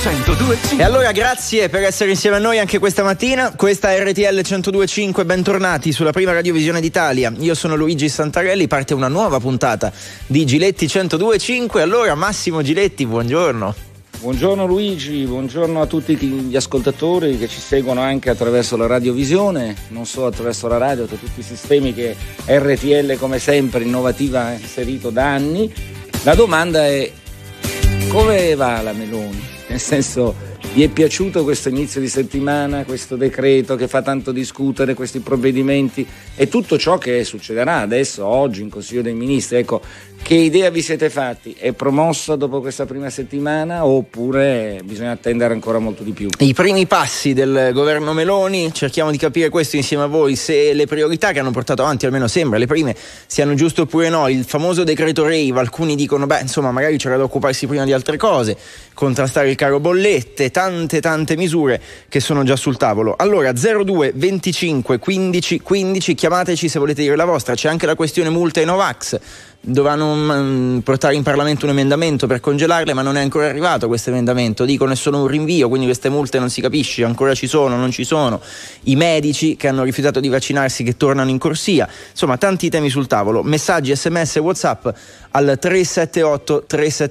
102.5. E allora grazie per essere insieme a noi anche questa mattina. Questa è RTL 102.5, bentornati sulla prima radiovisione d'Italia. Io sono Luigi Santarelli, parte una nuova puntata di Giletti 102.5. Allora Massimo Giletti, buongiorno. Buongiorno Luigi, buongiorno a tutti gli ascoltatori che ci seguono anche attraverso la radiovisione, non solo attraverso la radio, da tutti i sistemi che RTL come sempre innovativa ha inserito da anni. La domanda è: come va la Meloni? Nel senso, vi è piaciuto questo inizio di settimana, questo decreto che fa tanto discutere, questi provvedimenti e tutto ciò che succederà adesso, oggi, in Consiglio dei Ministri? Ecco, che idea vi siete fatti? È promossa dopo questa prima settimana oppure bisogna attendere ancora molto di più? I primi passi del governo Meloni, cerchiamo di capire questo insieme a voi, se le priorità che hanno portato avanti, almeno sembra, le prime, siano giuste oppure no. Il famoso decreto rave, alcuni dicono, insomma, magari c'era da occuparsi prima di altre cose, contrastare il caro bollette, tante misure che sono già sul tavolo. Allora 02 25 15 15, chiamateci se volete dire la vostra. C'è anche la questione multe ai Novax. Dovranno portare in Parlamento un emendamento per congelarle, ma non è ancora arrivato questo emendamento. Dicono è solo un rinvio, quindi queste multe non si capisce, ancora ci sono, non ci sono. I medici che hanno rifiutato di vaccinarsi che tornano in corsia. Insomma, tanti temi sul tavolo. Messaggi, SMS e WhatsApp al 378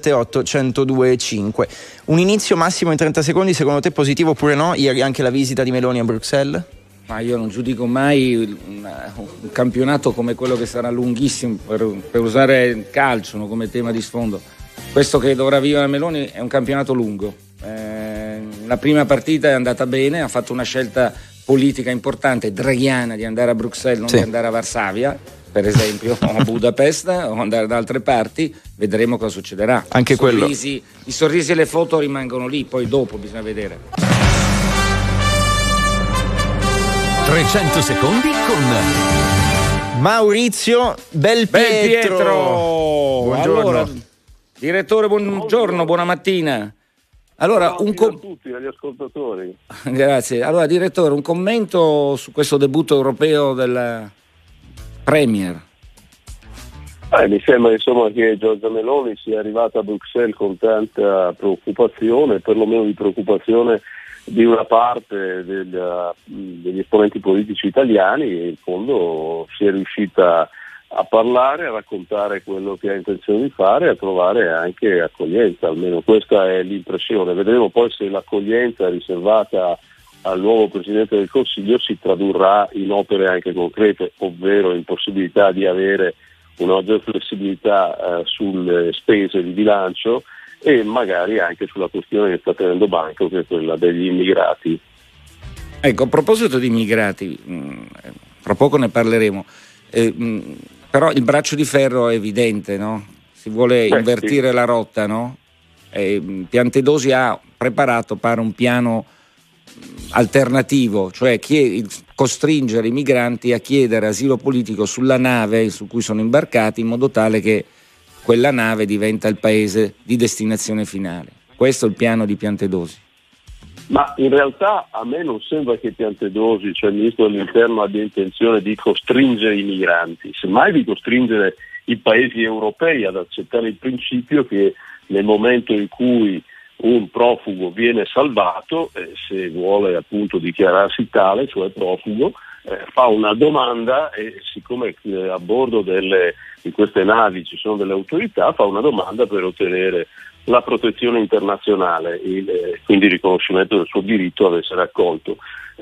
1025. Un inizio Massimo in 30 secondi, secondo te positivo oppure no? Ieri anche la visita di Meloni a Bruxelles? Ma io non giudico mai un campionato come quello che sarà lunghissimo, per usare il calcio, no, come tema di sfondo. Questo che dovrà vivere la Meloni è un campionato lungo. La prima partita è andata bene, ha fatto una scelta politica importante, draghiana, di andare a Bruxelles, non di andare a Varsavia, per esempio, o a Budapest, o andare da altre parti. Vedremo cosa succederà. Anche I sorrisi e le foto rimangono lì, poi dopo bisogna vedere. 300 secondi con Maurizio Belpietro. Buongiorno. Allora, direttore, buongiorno, buona mattina. Allora, a tutti, agli ascoltatori. Grazie. Allora, direttore, un commento su questo debutto europeo del Premier. Mi sembra insomma che Giorgia Meloni sia arrivata a Bruxelles con tanta preoccupazione, perlomeno di preoccupazione di una parte degli esponenti politici italiani, e in fondo si è riuscita a parlare, a raccontare quello che ha intenzione di fare e a trovare anche accoglienza, almeno questa è l'impressione. Vedremo poi se l'accoglienza riservata al nuovo Presidente del Consiglio si tradurrà in opere anche concrete, ovvero in possibilità di avere una maggiore flessibilità sulle spese di bilancio e magari anche sulla questione che sta tenendo banco, che è quella degli immigrati. Ecco, a proposito di immigrati, tra poco ne parleremo, però il braccio di ferro è evidente, no? Si vuole invertire la rotta, no? Piantedosi ha preparato, pare, un piano alternativo, cioè costringere i migranti a chiedere asilo politico sulla nave su cui sono imbarcati, in modo tale che quella nave diventa il paese di destinazione finale. Questo è il piano di Piantedosi. Ma in realtà a me non sembra che Piantedosi, cioè il ministro dell'Interno, abbia intenzione di costringere i migranti, semmai di costringere i paesi europei ad accettare il principio che nel momento in cui un profugo viene salvato, se vuole appunto dichiararsi tale, cioè profugo, fa una domanda e siccome a bordo di queste navi ci sono delle autorità, fa una domanda per ottenere la protezione internazionale, quindi il riconoscimento del suo diritto ad essere accolto.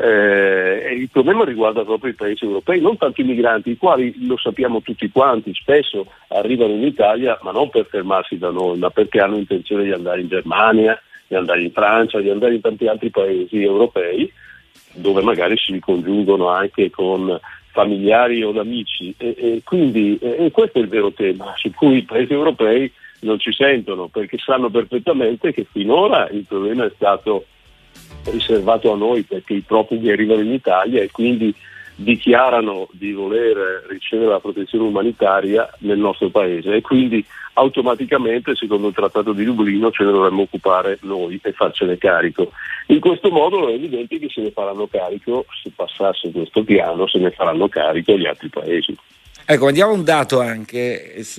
Il problema riguarda proprio i paesi europei, non tanto i migranti, i quali, lo sappiamo tutti quanti, spesso arrivano in Italia ma non per fermarsi da noi, ma perché hanno intenzione di andare in Germania, di andare in Francia, di andare in tanti altri paesi europei, dove magari si ricongiungono anche con familiari o amici, e quindi questo è il vero tema su cui i paesi europei non ci sentono, perché sanno perfettamente che finora il problema è stato riservato a noi, perché i profughi arrivano in Italia e quindi dichiarano di voler ricevere la protezione umanitaria nel nostro paese, e quindi automaticamente, secondo il Trattato di Dublino, ce ne dovremmo occupare noi e farcene carico. In questo modo è evidente che se ne faranno carico, se passasse questo piano, se ne faranno carico gli altri paesi. Ecco, andiamo a un dato anche, su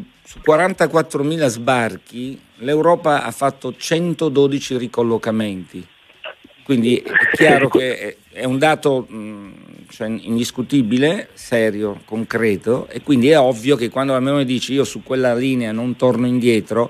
44.000 sbarchi l'Europa ha fatto 112 ricollocamenti, quindi è chiaro che è un dato cioè indiscutibile, serio, concreto, e quindi è ovvio che quando la Meloni dice io su quella linea non torno indietro,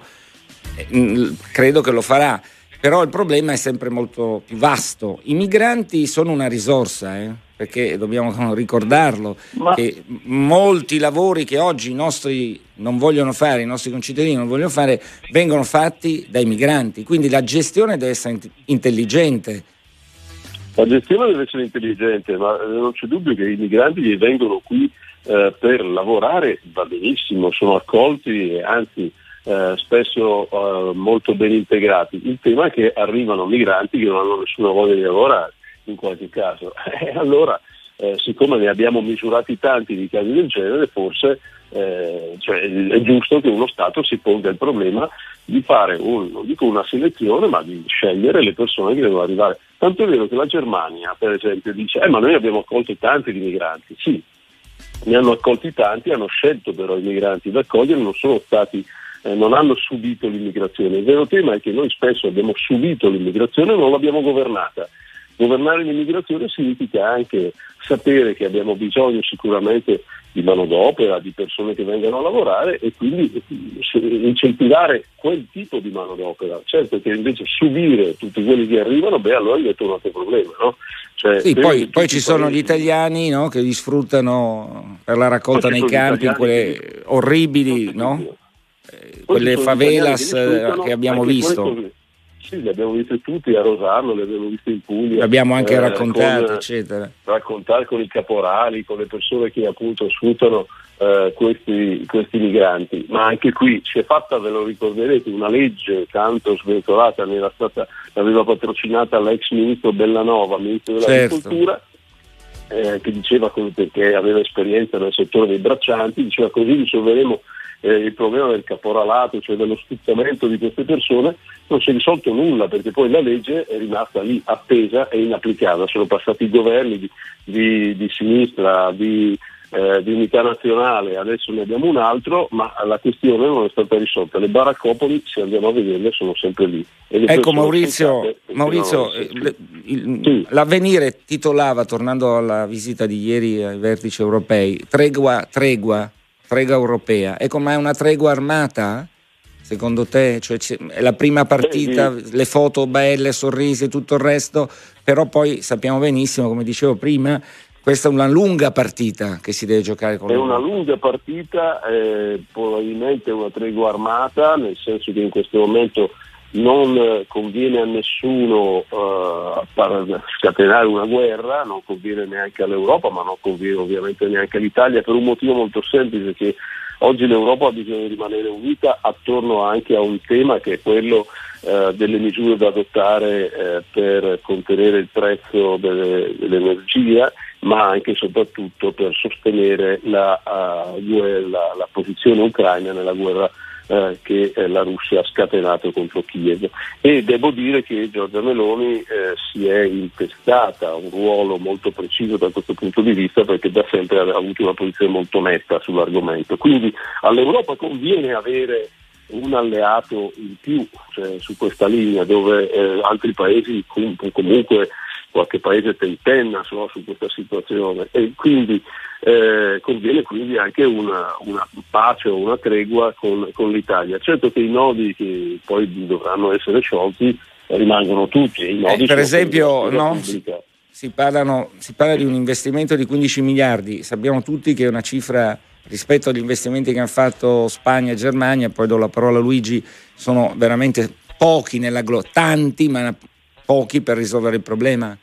credo che lo farà. Però il problema è sempre molto più vasto. I migranti sono una risorsa, perché dobbiamo ricordarlo, che molti lavori che oggi i nostri non vogliono fare, i nostri concittadini non vogliono fare, vengono fatti dai migranti. Quindi la gestione deve essere intelligente. La gestione deve essere intelligente, ma non c'è dubbio che i migranti vengono qui per lavorare, va benissimo, sono accolti e anzi spesso molto ben integrati. Il tema è che arrivano migranti che non hanno nessuna voglia di lavorare in qualche caso, allora siccome ne abbiamo misurati tanti di casi del genere, forse è giusto che uno Stato si ponga il problema di fare non dico una selezione, ma di scegliere le persone che devono arrivare. Tanto è vero che la Germania, per esempio, dice ma noi abbiamo accolto tanti di migranti. Sì, ne hanno accolti tanti, hanno scelto però i migranti da accogliere, non hanno subito l'immigrazione. Il vero tema è che noi spesso abbiamo subito l'immigrazione e non l'abbiamo governata. Governare l'immigrazione significa anche sapere che abbiamo bisogno sicuramente di manodopera, di persone che vengano a lavorare e quindi incentivare quel tipo di manodopera. Certo che invece subire tutti quelli che arrivano, allora diventa un altro problema, no? Sì, poi ci sono gli italiani, no, che li sfruttano per la raccolta nei campi, quelle orribili, no? Quelle favelas che abbiamo visto. Sì, li abbiamo visti tutti a Rosarno, li abbiamo visti in Puglia. Li abbiamo anche raccontati, eccetera. Raccontare con i caporali, con le persone che appunto sfruttano questi migranti. Ma anche qui si è fatta, ve lo ricorderete, una legge tanto sventolata, l'aveva patrocinata l'ex ministro Bellanova, ministro dell'Agricoltura, che diceva, perché aveva esperienza nel settore dei braccianti, diceva così risolveremo il problema del caporalato, cioè dello sfruttamento di queste persone. Non si è risolto nulla, perché poi la legge è rimasta lì appesa e inapplicata. Sono passati i governi di sinistra, di unità nazionale, adesso ne abbiamo un altro, ma la questione non è stata risolta. Le baraccopoli, se andiamo a vederle, sono sempre lì. Ecco Maurizio, l'Avvenire titolava, tornando alla visita di ieri ai vertici europei, tregua europea. Ecco, ma è una tregua armata? Secondo te? Cioè, è la prima partita, le foto belle, sorrisi e tutto il resto, però poi sappiamo benissimo, come dicevo prima, questa è una lunga partita che si deve giocare con una lunga partita, probabilmente una tregua armata, nel senso che in questo momento non conviene a nessuno scatenare una guerra, non conviene neanche all'Europa, ma non conviene ovviamente neanche all'Italia, per un motivo molto semplice, che oggi l'Europa ha bisogno di rimanere unita attorno anche a un tema che è quello delle misure da adottare per contenere il prezzo dell'energia, ma anche e soprattutto per sostenere la posizione ucraina nella guerra che la Russia ha scatenato contro Kiev. E devo dire che Giorgia Meloni si è intestata un ruolo molto preciso da questo punto di vista, perché da sempre ha avuto una posizione molto netta sull'argomento. Quindi all'Europa conviene avere un alleato in più, cioè, su questa linea, dove altri paesi, comunque qualche paese tentenna su questa situazione, e quindi conviene quindi anche una pace o una tregua con l'Italia. Certo che i nodi che poi dovranno essere sciolti rimangono tutti. I nodi per esempio, si parla di un investimento di 15 miliardi, sappiamo tutti che è una cifra rispetto agli investimenti che hanno fatto Spagna e Germania. Poi do la parola a Luigi, sono veramente pochi tanti, ma pochi per risolvere il problema.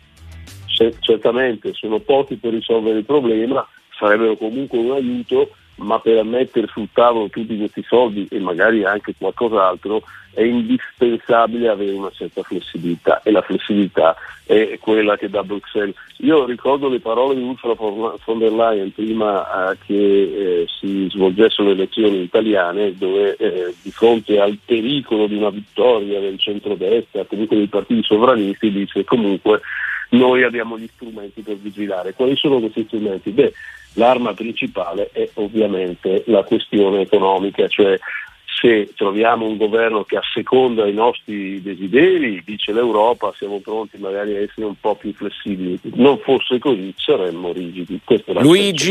Certamente sono pochi per risolvere il problema, sarebbero comunque un aiuto, ma per mettere sul tavolo tutti questi soldi e magari anche qualcos'altro è indispensabile avere una certa flessibilità, e la flessibilità è quella che da Bruxelles. Io ricordo le parole di Ursula von der Leyen prima che si svolgessero le elezioni italiane, dove di fronte al pericolo di una vittoria del centrodestra, comunque dei partiti sovranisti, dice comunque noi abbiamo gli strumenti per vigilare. Quali sono questi strumenti? L'arma principale è ovviamente la questione economica, cioè se troviamo un governo che asseconda i nostri desideri, dice l'Europa, siamo pronti magari a essere un po' più flessibili. Non fosse così saremmo rigidi. Questa è la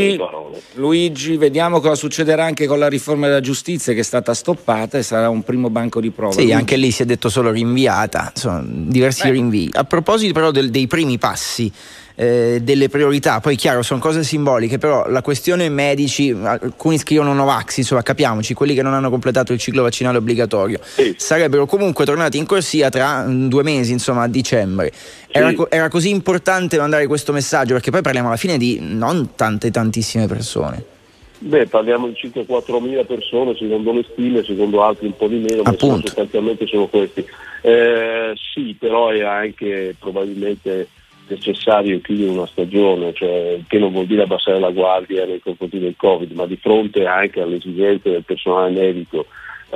Luigi, vediamo cosa succederà anche con la riforma della giustizia, che è stata stoppata e sarà un primo banco di prova. Sì, Luigi. Anche lì si è detto solo rinviata, insomma, diversi rinvii. A proposito però dei primi passi, delle priorità, poi chiaro sono cose simboliche, però la questione medici, alcuni scrivono Novax, insomma capiamoci, quelli che non hanno completato il ciclo vaccinale obbligatorio sarebbero comunque tornati in corsia tra 2 mesi, insomma a dicembre. Era così importante mandare questo messaggio, perché poi parliamo alla fine di non tantissime persone. Parliamo di circa 4.000 persone secondo le stime, secondo altri un po' di meno, ma sostanzialmente sono questi. Sì, però è anche probabilmente necessario chiudere una stagione, cioè, che non vuol dire abbassare la guardia nei confronti del Covid, ma di fronte anche alle esigenze del personale medico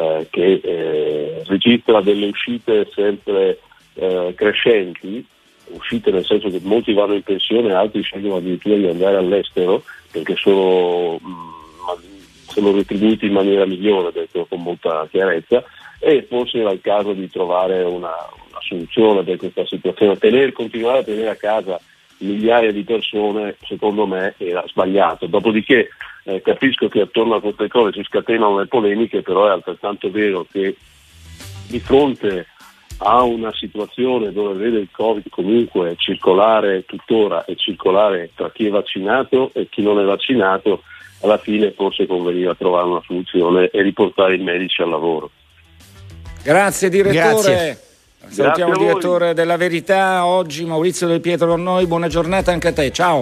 che registra delle uscite sempre crescenti, uscite nel senso che molti vanno in pensione, altri scelgono addirittura di andare all'estero perché sono retribuiti in maniera migliore, detto con molta chiarezza, e forse era il caso di trovare una soluzione per questa situazione. Continuare a tenere a casa migliaia di persone secondo me era sbagliato. Dopodiché capisco che attorno a queste cose si scatenano le polemiche, però è altrettanto vero che di fronte a una situazione dove vede il Covid comunque circolare tuttora e circolare tra chi è vaccinato e chi non è vaccinato, alla fine forse conveniva trovare una soluzione e riportare i medici al lavoro. Grazie direttore. Grazie. Salutiamo il direttore della Verità oggi, Maurizio Del Pietro con noi. Buona giornata anche a te, ciao.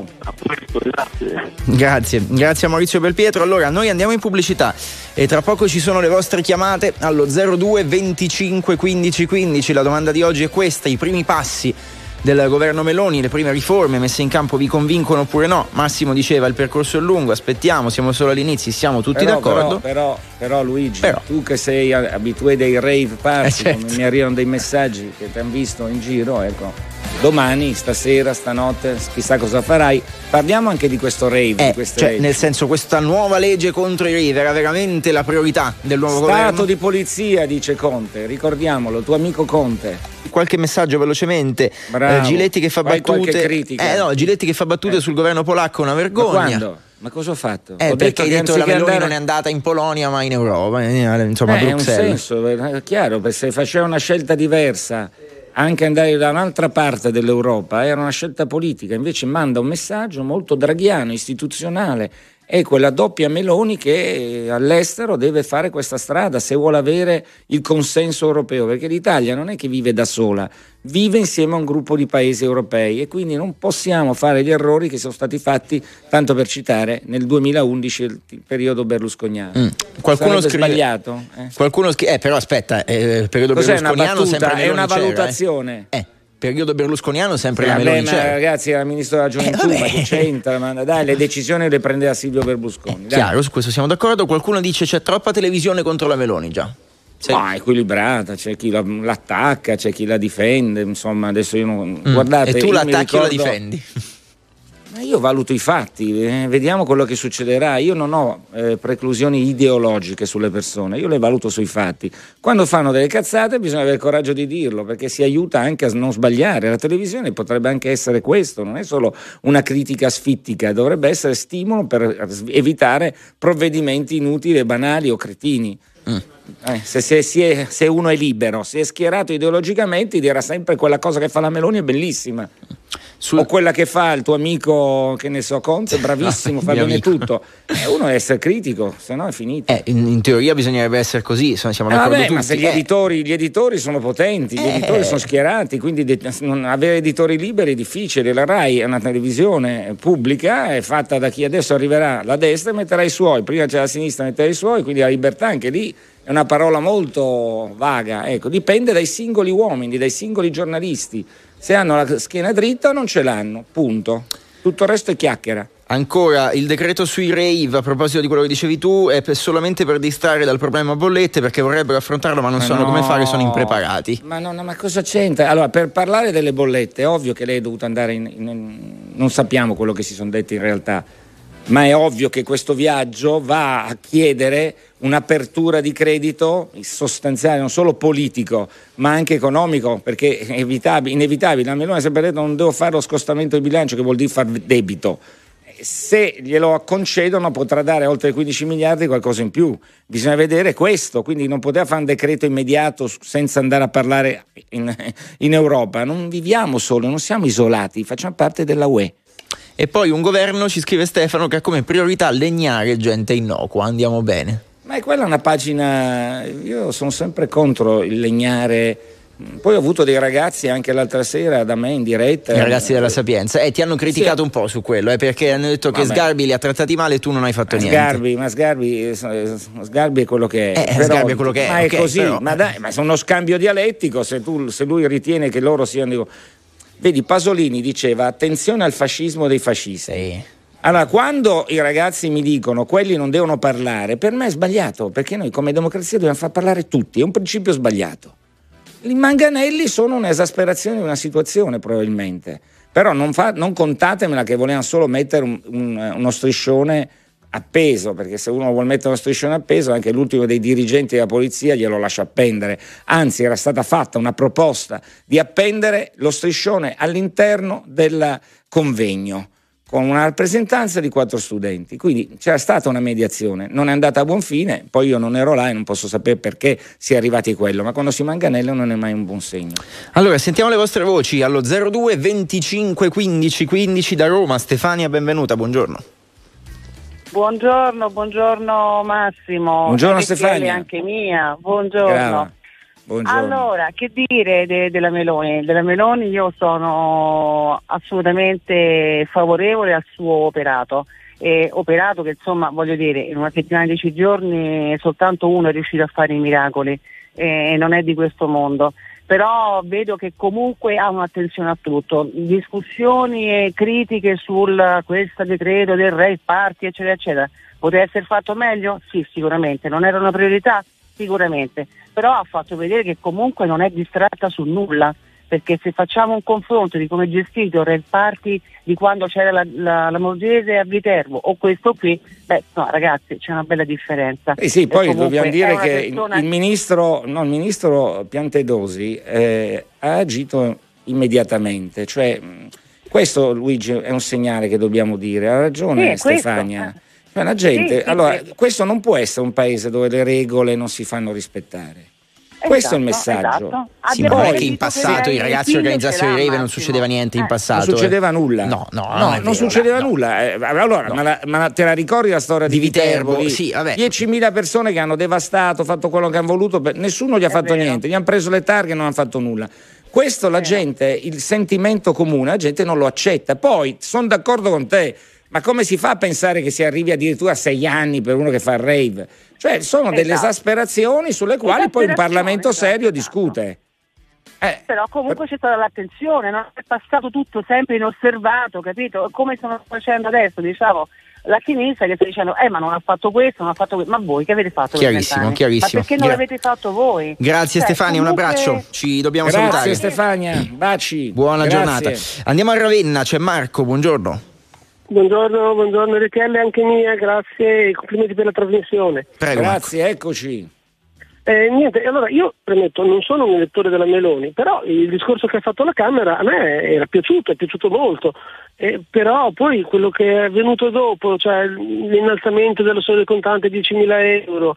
Grazie a Maurizio Belpietro. Allora noi andiamo in pubblicità e tra poco ci sono le vostre chiamate allo 02 25 15 15. La domanda di oggi è questa: i primi passi del governo Meloni, le prime riforme messe in campo vi convincono oppure no? Massimo diceva il percorso è lungo, aspettiamo, siamo solo all'inizio, siamo tutti d'accordo. Però Luigi, tu che sei abitué dei rave party, certo. Come mi arrivano dei messaggi che ti hanno visto in giro, ecco, domani, stasera, stanotte, chissà cosa farai. Parliamo anche di questo rave, di queste rave. Nel senso, questa nuova legge contro i rave era veramente la priorità del nuovo governo? Stato di polizia, dice Conte, ricordiamolo, tuo amico Conte. Qualche messaggio velocemente. Giletti che fa battute. Giletti che fa battute sul governo polacco, una vergogna. Ma quando? Ma cosa ho fatto? Ho perché hai detto che la Meloni non è andata in Polonia ma in Europa, insomma a Bruxelles. È un senso, è chiaro, perché se faceva una scelta diversa anche andare da un'altra parte dell'Europa era una scelta politica, invece manda un messaggio molto draghiano, istituzionale. È quella doppia Meloni che all'estero deve fare questa strada se vuole avere il consenso europeo, perché l'Italia non è che vive da sola, vive insieme a un gruppo di paesi europei e quindi non possiamo fare gli errori che sono stati fatti, tanto per citare, nel 2011, il periodo berlusconiano. Qualcuno scrive sbagliato? Qualcuno però aspetta, periodo cos'è berlusconiano sempre è una valutazione. Periodo berlusconiano sempre la Meloni ma ragazzi, era ministro della gioventù, ma che c'entra? Ma dai, le decisioni le prendeva Silvio Berlusconi. Chiaro, su questo siamo d'accordo. Qualcuno dice c'è troppa televisione contro la Meloni già. Ma è equilibrata, c'è chi l'attacca, c'è chi la difende, insomma adesso io non... Guardate, e tu l'attacchi o la difendi? Io valuto i fatti, vediamo quello che succederà. Io non ho preclusioni ideologiche sulle persone, io le valuto sui fatti. Quando fanno delle cazzate bisogna avere il coraggio di dirlo, perché si aiuta anche a non sbagliare. La televisione potrebbe anche essere questo, non è solo una critica asfittica, dovrebbe essere stimolo per evitare provvedimenti inutili, banali o cretini. Se uno è libero, se è schierato ideologicamente, dirà sempre quella cosa che fa la Meloni è bellissima. O quella che fa il tuo amico, che ne so, Conte, bravissimo, fa bene tutto. Uno deve essere critico, se no è finito. In teoria bisognerebbe essere così, siamo d'accordo tutti. Ma se gli editori sono potenti, gli editori sono schierati, quindi avere editori liberi è difficile. La RAI è una televisione pubblica, è fatta da chi adesso arriverà la destra e metterà i suoi, prima c'è la sinistra e metterà i suoi, quindi la libertà anche lì è una parola molto vaga, ecco, dipende dai singoli uomini, dai singoli giornalisti. Se hanno la schiena dritta o non ce l'hanno, punto. Tutto il resto è chiacchiera. Ancora, il decreto sui rave, a proposito di quello che dicevi tu, è solamente per distrarre dal problema bollette, perché vorrebbero affrontarlo ma non sanno come fare, sono impreparati. Ma cosa c'entra? Allora, per parlare delle bollette, è ovvio che lei è dovuta andare non sappiamo quello che si sono detti in realtà, ma è ovvio che questo viaggio va a chiedere un'apertura di credito sostanziale, non solo politico ma anche economico, perché è inevitabile. La Meloni ha sempre detto: non devo fare lo scostamento di bilancio, che vuol dire far debito. Se glielo concedono potrà dare oltre 15 miliardi, qualcosa in più. Bisogna vedere questo, quindi non poteva fare un decreto immediato senza andare a parlare in Europa. Non viviamo solo, non siamo isolati, facciamo parte della UE. E poi un governo, ci scrive Stefano, che ha come priorità legnare gente innocua. Andiamo bene. Ma è quella una pagina, io sono sempre contro il legnare. Poi ho avuto dei ragazzi anche l'altra sera da me in diretta. I ragazzi della Sapienza ti hanno criticato un po' su quello, perché hanno detto che Sgarbi li ha trattati male e tu non hai fatto niente. Sgarbi è quello che è. Sgarbi è quello che è. Ma è così, però. ma è uno scambio dialettico. Se lui ritiene che loro siano. Vedi, Pasolini diceva: attenzione al fascismo dei fascisti. Sì. Allora, quando i ragazzi mi dicono quelli non devono parlare, per me è sbagliato, perché noi come democrazia dobbiamo far parlare tutti, è un principio sbagliato. I manganelli sono un'esasperazione di una situazione, probabilmente, però non contatemela che volevano solo mettere uno striscione appeso, perché se uno vuole mettere uno striscione appeso, anche l'ultimo dei dirigenti della polizia glielo lascia appendere. Anzi, era stata fatta una proposta di appendere lo striscione all'interno del convegno con una rappresentanza di 4 studenti, quindi c'era stata una mediazione, non è andata a buon fine. Poi io non ero là e non posso sapere perché si è arrivati a quello, ma quando si manganella non è mai un buon segno. Allora, sentiamo le vostre voci allo 02 25 15 15 da Roma. Stefania, benvenuta, buongiorno. Buongiorno Massimo. Buongiorno Stefania. Anche mia, buongiorno. Brava. Buongiorno. Allora, che dire della Meloni? Della Meloni io sono assolutamente favorevole al suo operato. Operato che, insomma, voglio dire, in una settimana di 10 giorni soltanto uno è riuscito a fare i miracoli, e non è di questo mondo. Però vedo che comunque ha un'attenzione a tutto, discussioni e critiche sul questo decreto del rave party eccetera eccetera. Poteva essere fatto meglio? Sì, sicuramente. Non era una priorità? Sicuramente. Però ha fatto vedere che comunque non è distratta su nulla, perché se facciamo un confronto di come è gestito il rave party di quando c'era la Morgese a Viterbo o questo qui, no ragazzi, c'è una bella differenza. Sì, poi dobbiamo dire che il ministro Piantedosi ha agito immediatamente, cioè questo, Luigi, è un segnale che dobbiamo dire. Ha ragione Stefania. La gente, questo non può essere un paese dove le regole non si fanno rispettare. Questo è il messaggio. Esatto. Sì, ma non è che in passato i ragazzi organizzassero i rave non succedeva niente in passato. Non succedeva nulla. No, non succedeva nulla. Allora, ma te la ricordi la storia di Viterbo? Sì, vabbè. 10.000 persone che hanno devastato, fatto quello che hanno voluto, nessuno gli ha fatto niente, gli hanno preso le targhe e non hanno fatto nulla. Questo la gente, il sentimento comune, la gente non lo accetta. Poi sono d'accordo con te. Ma come si fa a pensare che si arrivi addirittura a 6 anni per uno che fa il rave? Cioè sono delle esasperazioni sulle quali poi un Parlamento serio discute. Però comunque c'è stata l'attenzione, non è passato tutto sempre inosservato, capito? Come stanno facendo adesso, diciamo, la sinistra che sta dicendo ma non ha fatto questo, non ha fatto questo. Ma voi che avete fatto? Chiarissimo. Ma perché non l'avete fatto voi? Grazie Stefania, un abbraccio, ci dobbiamo salutare. Grazie Stefania, baci. Buona giornata. Andiamo a Ravenna, c'è Marco, buongiorno. Buongiorno Ricchelle, anche mia, grazie e complimenti per la trasmissione. Prego. Grazie, eccoci. Niente, allora io premetto, non sono un elettore della Meloni, però il discorso che ha fatto la Camera a me è piaciuto molto, però poi quello che è venuto dopo, cioè l'innalzamento della soglia del contante 10.000 euro,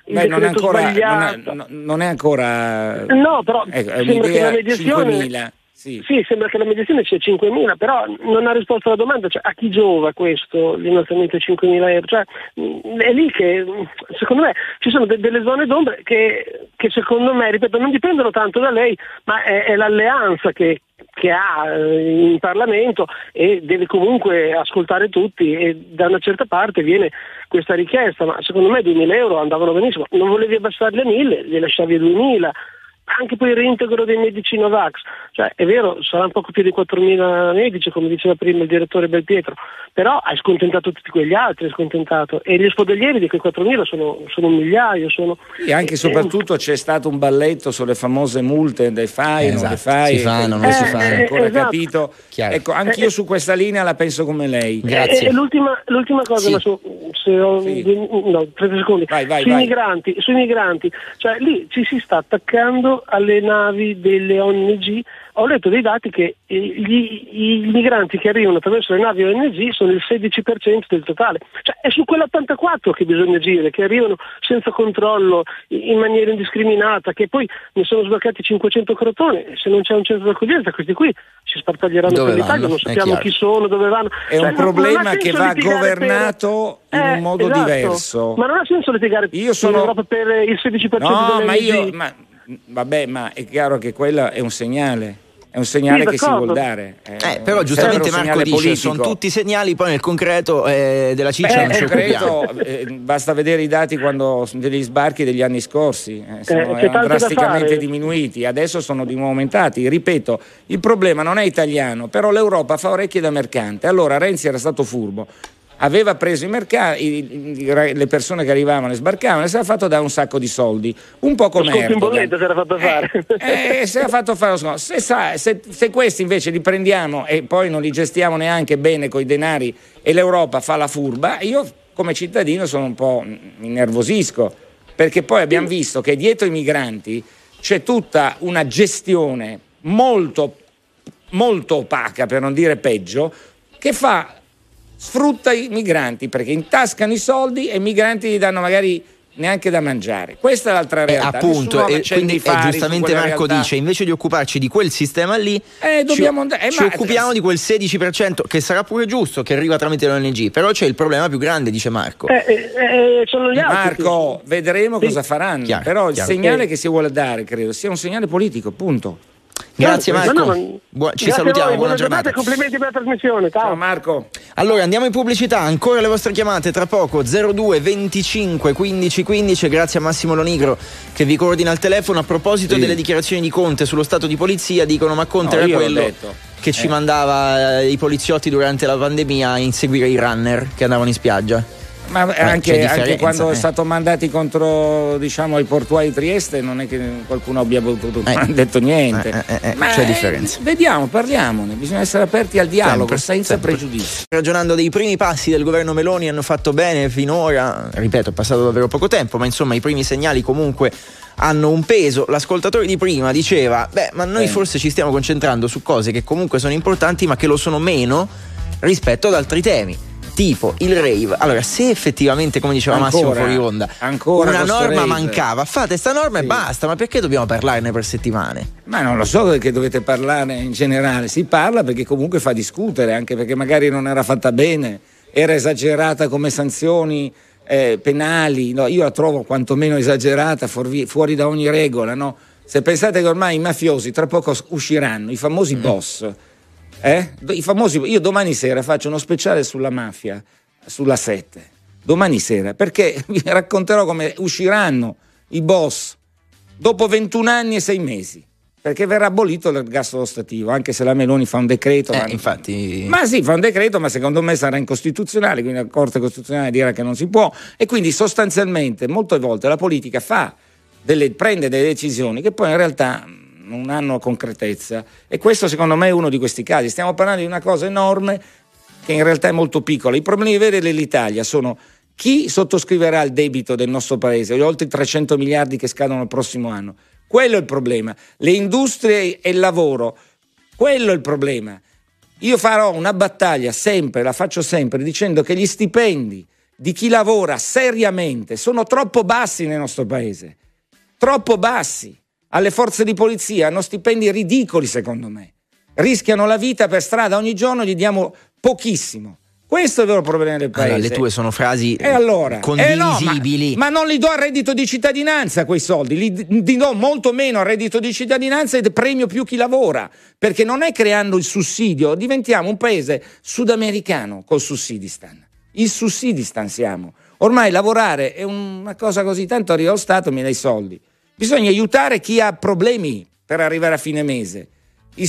non è ancora. No, però sembra che la mediazione 5.000. Sì, sembra che la mediazione sia 5.000, però non ha risposto alla domanda, cioè a chi giova questo, l'innalzamento di 5.000 euro? Cioè, è lì che, secondo me, ci sono delle zone d'ombra che secondo me, ripeto, non dipendono tanto da lei, ma è l'alleanza che ha in Parlamento e deve comunque ascoltare tutti, e da una certa parte viene questa richiesta, ma secondo me 2.000 euro andavano benissimo, non volevi abbassarli a 1.000, li lasciavi a 2.000. anche poi il reintegro dei medici Novax, cioè è vero, sarà un poco più di 4.000 medici, come diceva prima il direttore Belpietro, però hai scontentato tutti quegli altri, e gli ospedalieri di quei 4.000 sono un migliaio. E anche e soprattutto c'è stato un balletto sulle famose multe dei fai, esatto, non le fai, si fanno, non si fanno. Ancora esatto. Capito? Chiaro. Ecco, anch'io su questa linea la penso come lei. Grazie. E l'ultima cosa, Sì. ma se ho 30 secondi, Vai. sui migranti, cioè lì ci si sta attaccando alle navi delle ONG. Ho letto dei dati che i migranti che arrivano attraverso le navi ONG sono il 16% del totale, cioè è su quell'84 che bisogna agire, che arrivano senza controllo, in maniera indiscriminata, che poi ne sono sbarcati 500 crotone. Se non c'è un centro d'accoglienza, questi qui si sparpaglieranno Dove per l'Italia, vanno? non sappiamo chi sono, dove vanno. È un problema che va governato in un modo diverso. Ma non ha senso litigare in Europa per il 16% delle ONG. Ma è chiaro che quello è un segnale. È un segnale che si vuol dare. Però giustamente Marco dice politico. sono tutti segnali, poi nel concreto della ciccia non ci occupiamo. Basta vedere i dati degli sbarchi degli anni scorsi, erano drasticamente diminuiti, adesso sono di nuovo aumentati. Ripeto, il problema non è italiano, però l'Europa fa orecchie da mercante. Allora Renzi era stato furbo, aveva preso le persone che arrivavano e sbarcavano e si era fatto dare un sacco di soldi, un po' come Erdogan. Si era fatto fare. Si era fatto fare lo sconto. Se questi invece li prendiamo e poi non li gestiamo neanche bene coi denari e l'Europa fa la furba, io come cittadino sono un po' mi innervosisco, perché poi abbiamo visto che dietro i migranti c'è tutta una gestione molto, molto opaca, per non dire peggio, che sfrutta i migranti perché intascano i soldi e i migranti gli danno magari neanche da mangiare. Questa è l'altra realtà. Appunto, e quindi giustamente Marco dice, invece di occuparci di quel sistema lì, ci occupiamo di quel 16% che sarà pure giusto, che arriva tramite l'ONG, però c'è il problema più grande, dice Marco. Sono gli altri. Marco, vedremo cosa faranno, però il chiaro. segnale che si vuole dare credo sia un segnale politico, punto. Grazie Marco, ci salutiamo, buona giornata. Complimenti per la trasmissione. Ciao Marco. Allora andiamo in pubblicità, ancora le vostre chiamate tra poco, 02 25 15 15. Grazie a Massimo Lonigro che vi coordina al telefono. A proposito delle dichiarazioni di Conte sullo stato di polizia, dicono ma Conte era quello che ci mandava i poliziotti durante la pandemia a inseguire i runner che andavano in spiaggia. Ma anche quando è stato mandati contro, diciamo, i portuali di Trieste, non è che qualcuno abbia detto niente. Ma c'è differenza. Vediamo, parliamone, bisogna essere aperti al dialogo senza pregiudizi. Ragionando dei primi passi del governo Meloni, hanno fatto bene finora, ripeto, è passato davvero poco tempo, ma insomma i primi segnali comunque hanno un peso. L'ascoltatore di prima diceva ma noi forse ci stiamo concentrando su cose che comunque sono importanti ma che lo sono meno rispetto ad altri temi, tipo il rave. Allora, se effettivamente, come diceva Massimo fuori onda, una norma mancava, fate sta norma e basta, ma perché dobbiamo parlarne per settimane? Ma non lo so perché dovete parlarne in generale, si parla perché comunque fa discutere, anche perché magari non era fatta bene, era esagerata come sanzioni penali, no? Io la trovo quantomeno esagerata, fuori da ogni regola, no? Se pensate che ormai i mafiosi tra poco usciranno, i famosi boss, io domani sera faccio uno speciale sulla mafia, sulla 7, domani sera, perché vi racconterò come usciranno i boss dopo 21 anni e 6 mesi, perché verrà abolito l'ergastolo ostativo, anche se la Meloni fa un decreto. Infatti. Ma sì, fa un decreto, ma secondo me sarà incostituzionale, quindi la Corte Costituzionale dirà che non si può, e quindi sostanzialmente molte volte la politica prende delle decisioni che poi in realtà non hanno concretezza, e questo secondo me è uno di questi casi. Stiamo parlando di una cosa enorme che in realtà è molto piccola. I problemi veri dell'Italia sono chi sottoscriverà il debito del nostro paese, gli oltre 300 miliardi che scadono il prossimo anno. Quello è il problema. Le industrie e il lavoro, quello è il problema. Io farò una battaglia sempre, la faccio sempre, dicendo che gli stipendi di chi lavora seriamente sono troppo bassi nel nostro paese, troppo bassi. Alle forze di polizia hanno stipendi ridicoli, secondo me. Rischiano la vita per strada, ogni giorno gli diamo pochissimo. Questo è il vero problema del paese. Allora, le tue sono frasi condivisibili. Ma non li do al reddito di cittadinanza quei soldi, li do molto meno al reddito di cittadinanza e premio più chi lavora, perché non è creando il sussidio, diventiamo un paese sudamericano col Sussidistan. Il Sussidistan siamo. Ormai lavorare è una cosa così, tanto arriva lo Stato, mi dai i soldi. bisogna aiutare chi ha problemi per arrivare a fine mese. Il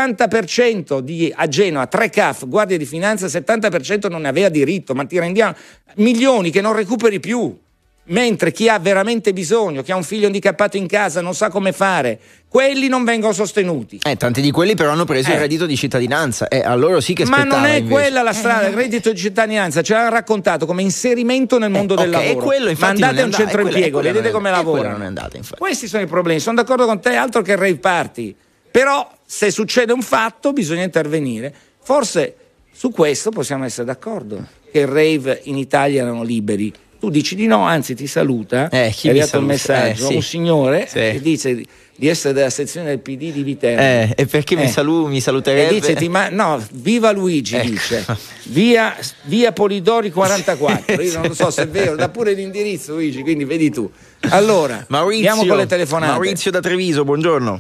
70% a Genova, 3 CAF, Guardia di Finanza, il 70% non ne aveva diritto, ma ti rendiamo milioni che non recuperi più. Mentre chi ha veramente bisogno, chi ha un figlio handicappato in casa, non sa come fare, quelli non vengono sostenuti. Tanti di quelli però hanno preso il reddito di cittadinanza, a loro sì che spettava. Ma non è invece quella la strada, il reddito di cittadinanza ce l'ha raccontato come inserimento nel mondo del lavoro. Quello, ma andate a un centro impiego, vedete come lavorano. Non è andata, infatti. Questi sono i problemi, sono d'accordo con te, altro che rave party. Però se succede un fatto bisogna intervenire. Forse su questo possiamo essere d'accordo, che i rave in Italia erano liberi. Tu dici di no, anzi ti saluta, chi è mi arrivato un saluta? messaggio, Sì. un signore Sì. che dice di essere della sezione del PD di Viterbo. E perché mi saluterebbe? E dice, no, viva Luigi, dice, via Polidori 44, io non lo so se è vero, dà pure l'indirizzo Luigi, quindi vedi tu. Allora, andiamo con le telefonate. Maurizio da Treviso, buongiorno.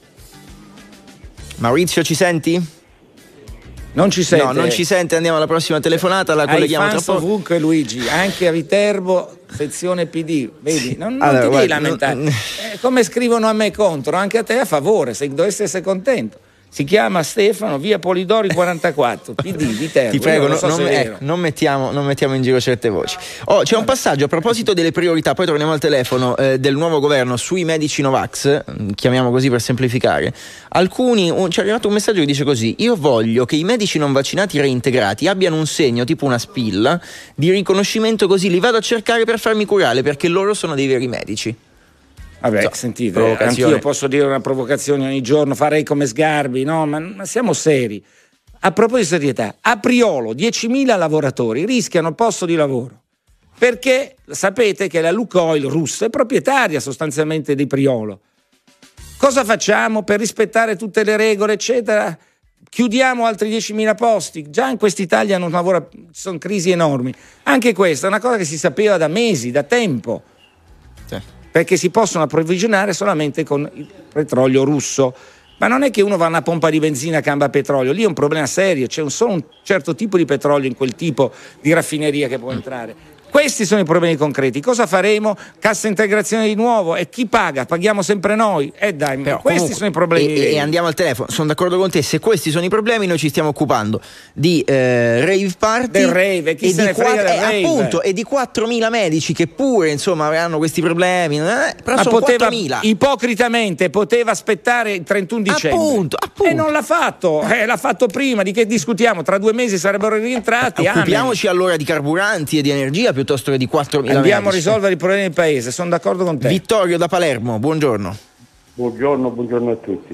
Maurizio, ci senti? Non ci sente. No, non ci sente, andiamo alla prossima telefonata, la colleghiamo tra poco. Ovunque Luigi, anche a Viterbo, sezione PD, vedi? Non Allora, ti devi guarda, lamentare. Come scrivono a me contro, anche a te a favore, se dovessi essere contento. Si chiama Stefano, via Polidori 44, PD, Viterbo. Ti prego, non mettiamo in giro certe voci. C'è un passaggio a proposito delle priorità, poi torniamo al telefono, del nuovo governo sui medici Novax, chiamiamo così per semplificare. Ci è arrivato un messaggio che dice così: io voglio che i medici non vaccinati reintegrati abbiano un segno, tipo una spilla, di riconoscimento, così li vado a cercare per farmi curare, perché loro sono dei veri medici. Vabbè, sentite, anch'io posso dire una provocazione ogni giorno, farei come Sgarbi, no? Ma siamo seri. A proposito di serietà, a Priolo 10.000 lavoratori rischiano il posto di lavoro, perché sapete che la Lukoil russa è proprietaria sostanzialmente di Priolo. Cosa facciamo per rispettare tutte le regole, eccetera? Chiudiamo altri 10.000 posti. Già in quest'Italia non lavora, sono crisi enormi. Anche questa è una cosa che si sapeva da mesi, da tempo. Perché si possono approvvigionare solamente con il petrolio russo. Ma non è che uno va a una pompa di benzina e cambia petrolio, lì è un problema serio, c'è solo un certo tipo di petrolio in quel tipo di raffineria che può entrare. Questi sono i problemi concreti. Cosa faremo? Cassa integrazione di nuovo, e chi paga? Paghiamo sempre noi. Dai, però, questi sono i problemi. E andiamo al telefono. Sono d'accordo con te. Se questi sono i problemi, noi ci stiamo occupando di rave party, del rave, chi se ne frega del rave. Appunto, e di 4.000 medici che pure insomma avranno questi problemi. Però ma sono 4.000. Ipocritamente poteva aspettare il 31 dicembre. Appunto. E non l'ha fatto. L'ha fatto prima. Di che discutiamo? Tra 2 mesi sarebbero rientrati. Occupiamoci allora di carburanti e di energia piuttosto che di 4.000 Andiamo medici. a risolvere i problemi del paese, sono d'accordo con te. Vittorio da Palermo, buongiorno. Buongiorno a tutti.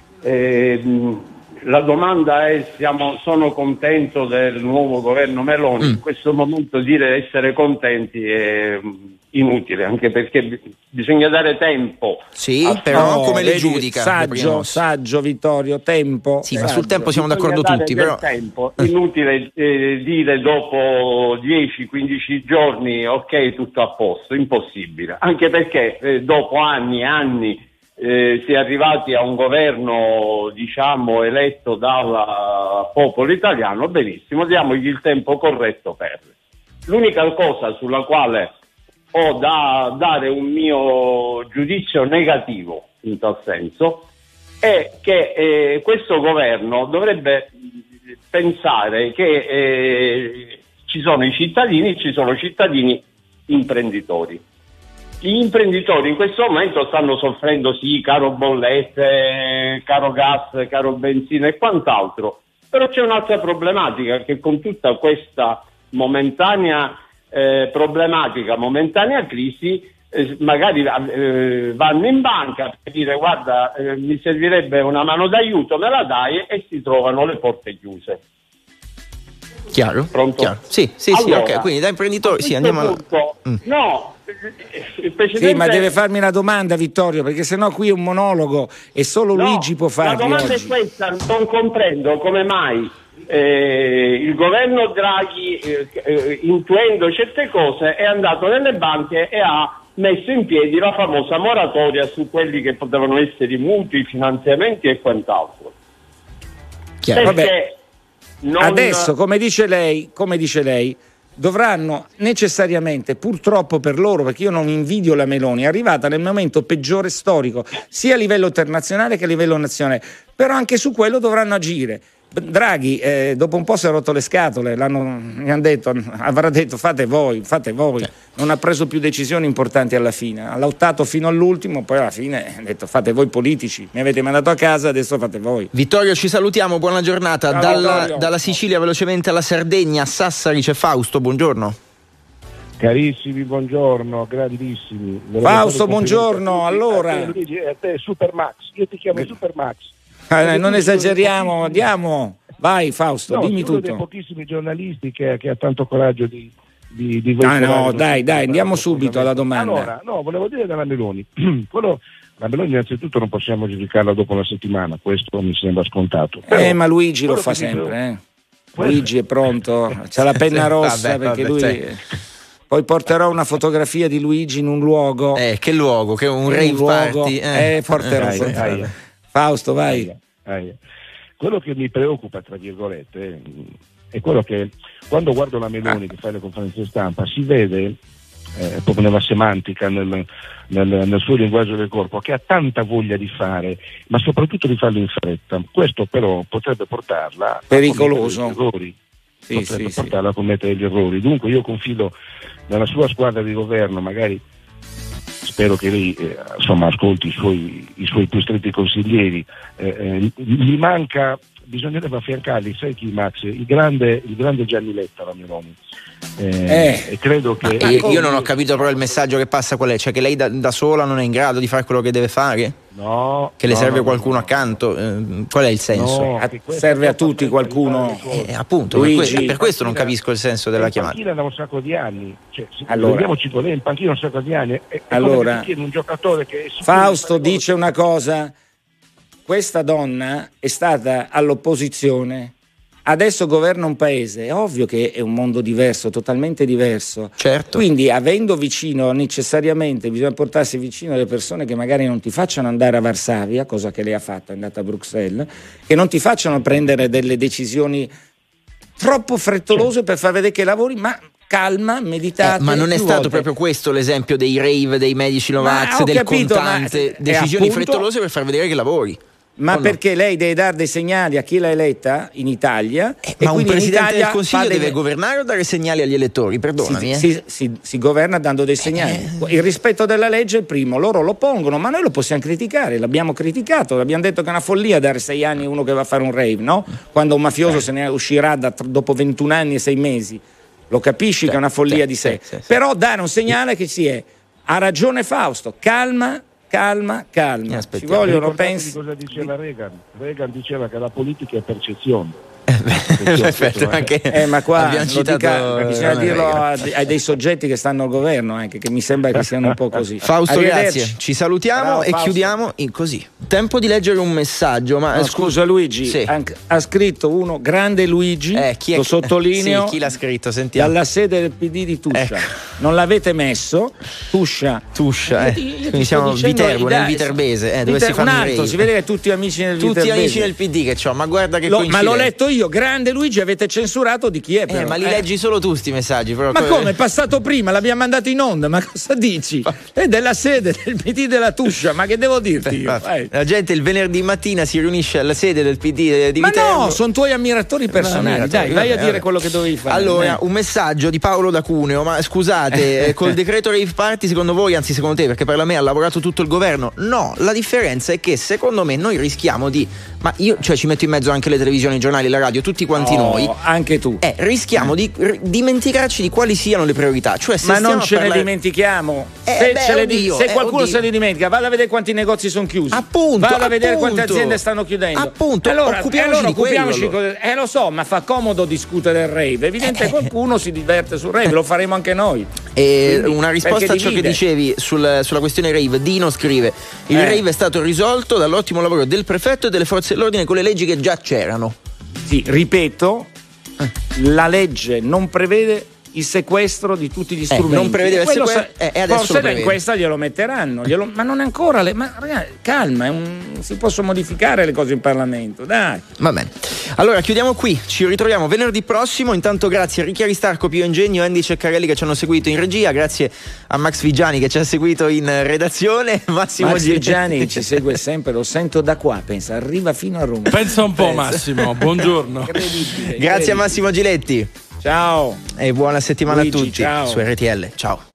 La domanda è: sono contento del nuovo governo Meloni. In questo momento dire essere contenti è inutile, anche perché bisogna dare tempo. Sì, però come le giudica? Saggio Vittorio, tempo. Sì, ma sul tempo siamo d'accordo tutti, però tempo. Inutile dire dopo 10-15 giorni ok, tutto a posto, impossibile, anche perché dopo anni e anni si è arrivati a un governo eletto dal popolo italiano. Benissimo, diamogli il tempo corretto per. L'unica cosa sulla quale ho da dare un mio giudizio negativo in tal senso è che questo governo dovrebbe pensare che ci sono i cittadini, ci sono cittadini imprenditori. Gli imprenditori in questo momento stanno soffrendo, sì, caro bollette, caro gas, caro benzina e quant'altro, però c'è un'altra problematica, che con tutta questa momentanea problematica, momentanea crisi, magari vanno in banca per dire guarda, mi servirebbe una mano d'aiuto, me la dai, e si trovano le porte chiuse. Chiaro? Pronto? Chiaro. Sì, allora, ok, quindi da imprenditori sì, andiamo punto, no, sì, ma deve farmi una domanda, Vittorio, perché sennò qui è un monologo e solo Luigi può farmi. La domanda oggi è questa: non comprendo come mai il governo Draghi, intuendo certe cose, è andato nelle banche e ha messo in piedi la famosa moratoria su quelli che potevano essere i mutui, finanziamenti e quant'altro. Perché adesso, come dice lei, dovranno necessariamente, purtroppo per loro, perché io non invidio la Meloni, è arrivata nel momento peggiore storico sia a livello internazionale che a livello nazionale, però anche su quello dovranno agire. Draghi dopo un po' si è rotto le scatole, avrà detto fate voi, non ha preso più decisioni importanti alla fine, ha lottato fino all'ultimo, poi alla fine ha detto fate voi politici, mi avete mandato a casa, adesso fate voi. Vittorio, ci salutiamo, buona giornata. Dalla Sicilia velocemente alla Sardegna, a Sassari c'è Fausto, buongiorno. Carissimi, buongiorno, grandissimi. Fausto, buongiorno. Allora, a te Supermax, io ti chiamo Supermax. Non esageriamo, andiamo. Vai Fausto, dimmi tutto. Uno dei pochissimi giornalisti che ha tanto coraggio di dai, andiamo subito alla domanda. Allora, volevo dire della Meloni. La Meloni innanzitutto non possiamo giudicarla dopo una settimana, questo mi sembra scontato. Però, ma Luigi lo fa sempre. Luigi è pronto, c'ha la penna rossa perché lui... Poi porterò una fotografia di Luigi in un luogo. Che luogo? Che un rave party? Porterò. Fausto, vai. Quello che mi preoccupa, tra virgolette, è quello che quando guardo la Meloni che fa le conferenze stampa si vede proprio nella semantica, nel suo linguaggio del corpo, che ha tanta voglia di fare, ma soprattutto di farlo in fretta. Questo però potrebbe portarla pericoloso. A commettere gli errori. Portarla a commettere gli errori. Dunque io confido nella sua squadra di governo, magari spero che lei ascolti i suoi più stretti consiglieri. Gli manca, bisognerebbe affiancargli, sai chi, Max? Il grande Gianni Letta, la Meloni. E credo che io non ho capito però il messaggio che passa qual è, cioè che lei da sola non è in grado di fare quello che deve fare? Che le serve qualcuno accanto? Qual è il senso? Serve a tutti qualcuno. Appunto, per questo non capisco il senso della chiamata. In panchina da un sacco di anni, vediamoci con lei in panchina un sacco di anni. Allora, un giocatore che Fausto dice una cosa: questa donna è stata all'opposizione, adesso governa un paese, è ovvio che è un mondo diverso, totalmente diverso. Certo. Quindi avendo vicino, necessariamente bisogna portarsi vicino alle persone che magari non ti facciano andare a Varsavia, cosa che lei ha fatto, è andata a Bruxelles, che non ti facciano prendere delle decisioni troppo frettolose per far vedere che lavori, ma calma, meditate. Ma non è stato proprio questo l'esempio dei rave, dei medici Novax, del contante, decisioni frettolose per far vedere che lavori? Ma perché lei deve dare dei segnali a chi l'ha eletta in Italia? Ma un presidente del Consiglio deve governare o dare segnali agli elettori? Perdonami. Si governa dando dei segnali. Il rispetto della legge è il primo, loro lo pongono, ma noi lo possiamo criticare, l'abbiamo criticato, abbiamo detto che è una follia dare 6 anni a uno che va a fare un rave, no? Quando un mafioso se ne uscirà dopo 21 anni e 6 mesi. Lo capisci che è una follia di sé. Però dare un segnale che ha ragione Fausto, calma. Ci vogliono cosa diceva Reagan? Reagan diceva che la politica è percezione. Ma qua bisogna dirlo ai dei soggetti che stanno al governo, anche, che mi sembra che siano un po' così. Fausto, grazie. Ci salutiamo e chiudiamo così. Tempo di leggere un messaggio. Scusa Luigi, ha scritto uno grande Luigi, lo sottolineo. Chi l'ha scritto? Sentiamo. Dalla sede del PD di Tuscia. Non l'avete messo? Tuscia. Quindi siamo Viterbo, nel Viterbese, dove si fanno i rave. Si vede che tutti amici nel Viterbese. Tutti amici del PD che c'ho, ma guarda che coincidenza. Ma l'ho letto io, grande Luigi, avete censurato di chi è però. Ma li leggi solo tu sti messaggi però. Ma come? È passato prima, l'abbiamo mandato in onda, ma cosa dici? È della sede del PD della Tuscia, ma che devo dirti io? La gente il venerdì mattina si riunisce alla sede del PD di Viterbo. Ma no, sono tuoi ammiratori personali, dai, vai a dire quello che dovevi fare. Allora, un messaggio di Paolo da Cuneo, ma scusate, col decreto rave party secondo voi, anzi secondo te, perché per la me ha lavorato tutto il governo? No, la differenza è che secondo me noi rischiamo ma io ci metto in mezzo anche le televisioni, i giornali, la radio, tutti quanti noi, anche tu, rischiamo di dimenticarci di quali siano le priorità. Cioè, se non ce ne dimentichiamo. Se qualcuno se li dimentica, vada a vedere quanti negozi sono chiusi. Vada a vedere quante aziende stanno chiudendo. Appunto, occupiamoci. Lo so, ma fa comodo discutere del rave. Evidente qualcuno si diverte sul rave, lo faremo anche noi. Una risposta a ciò che dicevi sulla questione rave, Dino scrive: il rave è stato risolto dall'ottimo lavoro del prefetto e delle forze dell'ordine con le leggi che già c'erano. Sì, ripeto, la legge non prevede il sequestro di tutti gli strumenti. Non prevedeva il sequestro, adesso forse in questa glielo metteranno, ma non è ancora. Ma ragazzi, calma, si possono modificare le cose in Parlamento, dai. Va bene. Allora chiudiamo qui, ci ritroviamo venerdì prossimo. Intanto grazie a Ricchi Aristarco, Pio Ingegno, Andy Ceccarelli che ci hanno seguito in regia, grazie a Max Vigiani che ci ha seguito in redazione. Max Vigiani ci segue sempre, lo sento da qua, pensa, arriva fino a Roma. Pensa un po', Massimo, buongiorno. Grazie a Massimo Giletti. Ciao e buona settimana Luigi, a tutti ciao. su RTL. Ciao.